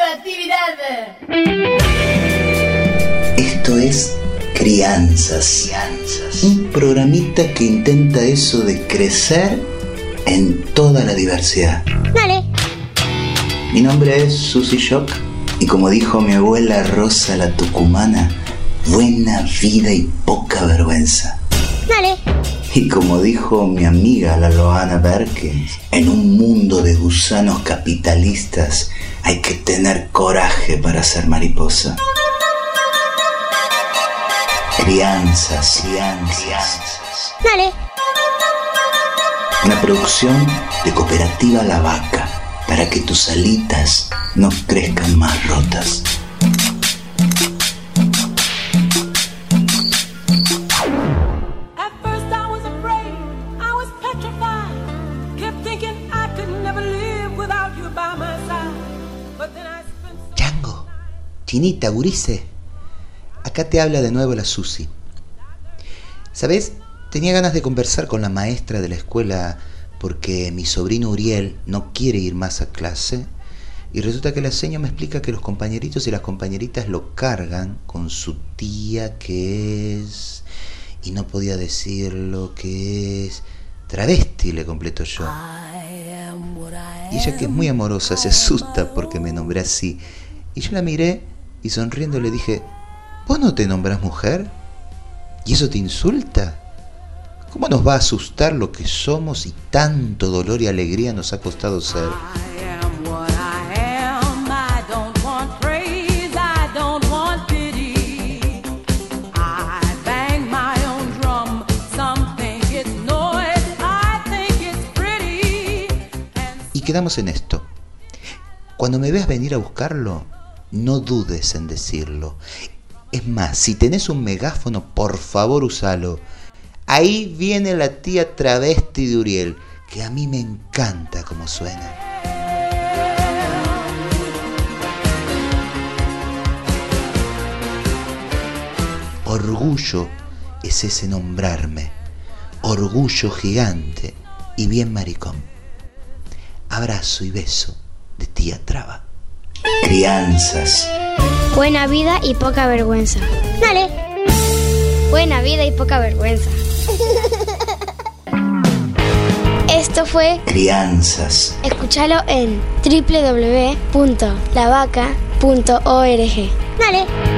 radioactividad. Esto es Crianzas, un programita que intenta eso de crecer en toda la diversidad. Dale. Mi nombre es Susi Shock y como dijo mi abuela Rosa la Tucumana, buena vida y poca vergüenza. Dale. Y como dijo mi amiga la Loana Berkins, en un mundo de gusanos capitalistas hay que tener coraje para ser mariposa. Crianzas. Dale. Una producción de Cooperativa La Vaca, para que tus alitas no crezcan más rotas. Chango, Chinita, Gurice, acá te habla de nuevo la Susi. ¿Sabés? Tenía ganas de conversar con la maestra de la escuela porque mi sobrino Uriel no quiere ir más a clase y resulta que la seño me explica que los compañeritos y las compañeritas lo cargan con su tía que es... y no podía decirlo, que es... travesti, le completo yo. Y ella, que es muy amorosa, se asusta porque me nombré así. Y yo la miré y sonriendo le dije: ¿vos no te nombrás mujer? ¿Y eso te insulta? ¿Cómo nos va a asustar lo que somos y tanto dolor y alegría nos ha costado ser? Y quedamos en esto. Cuando me veas venir a buscarlo, no dudes en decirlo. Es más, si tenés un megáfono, por favor usalo. Ahí viene la tía travesti de Uriel, que a mí me encanta cómo suena. Orgullo es ese nombrarme, orgullo gigante y bien maricón. Abrazo y beso de tía Traba. Crianzas. Buena vida y poca vergüenza. Dale. Buena vida y poca vergüenza. Esto fue Crianzas. Escúchalo en www.lavaca.org. Dale.